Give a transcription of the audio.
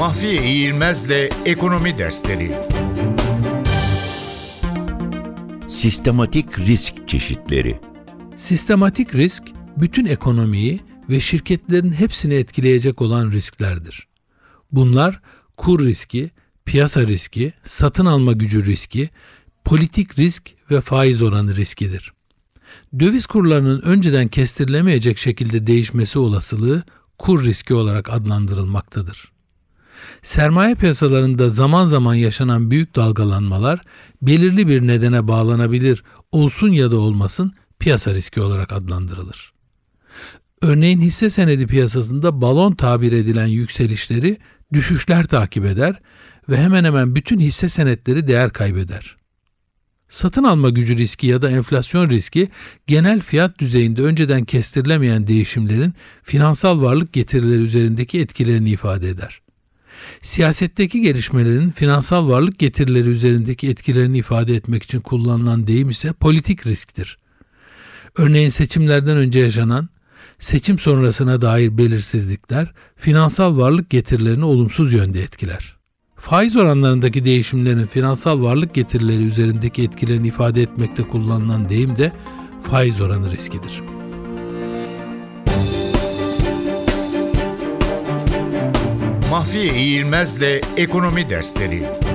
Mahfiye İğilmez'le Ekonomi Dersleri. Sistematik risk çeşitleri. Sistematik risk, bütün ekonomiyi ve şirketlerin hepsini etkileyecek olan risklerdir. Bunlar kur riski, piyasa riski, satın alma gücü riski, politik risk ve faiz oranı riskidir. Döviz kurlarının önceden kestirilemeyecek şekilde değişmesi olasılığı kur riski olarak adlandırılmaktadır. Sermaye piyasalarında zaman zaman yaşanan büyük dalgalanmalar belirli bir nedene bağlanabilir, olsun ya da olmasın piyasa riski olarak adlandırılır. Örneğin hisse senedi piyasasında balon tabir edilen yükselişleri düşüşler takip eder ve hemen hemen bütün hisse senetleri değer kaybeder. Satın alma gücü riski ya da enflasyon riski genel fiyat düzeyinde önceden kestirilemeyen değişimlerin finansal varlık getirileri üzerindeki etkilerini ifade eder. Siyasetteki gelişmelerin finansal varlık getirileri üzerindeki etkilerini ifade etmek için kullanılan deyim ise politik risktir. Örneğin seçimlerden önce yaşanan, seçim sonrasına dair belirsizlikler finansal varlık getirilerini olumsuz yönde etkiler. Faiz oranlarındaki değişimlerin finansal varlık getirileri üzerindeki etkilerini ifade etmekte kullanılan deyim de faiz oranı riskidir. Mahfiye İğilmez'le Ekonomi Dersleri.